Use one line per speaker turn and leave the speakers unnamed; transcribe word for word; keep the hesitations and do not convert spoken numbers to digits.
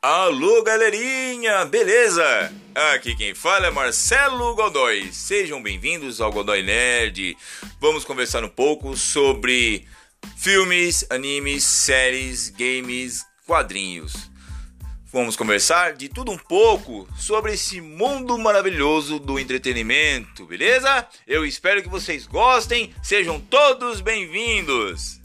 Alô, galerinha, beleza? Aqui quem fala é Marcelo Godoy. Sejam bem-vindos ao Godoy Nerd. Vamos conversar um pouco sobre filmes, animes, séries, games, quadrinhos. Vamos conversar de tudo um pouco sobre esse mundo maravilhoso do entretenimento, beleza? Eu espero que vocês gostem. Sejam todos bem-vindos.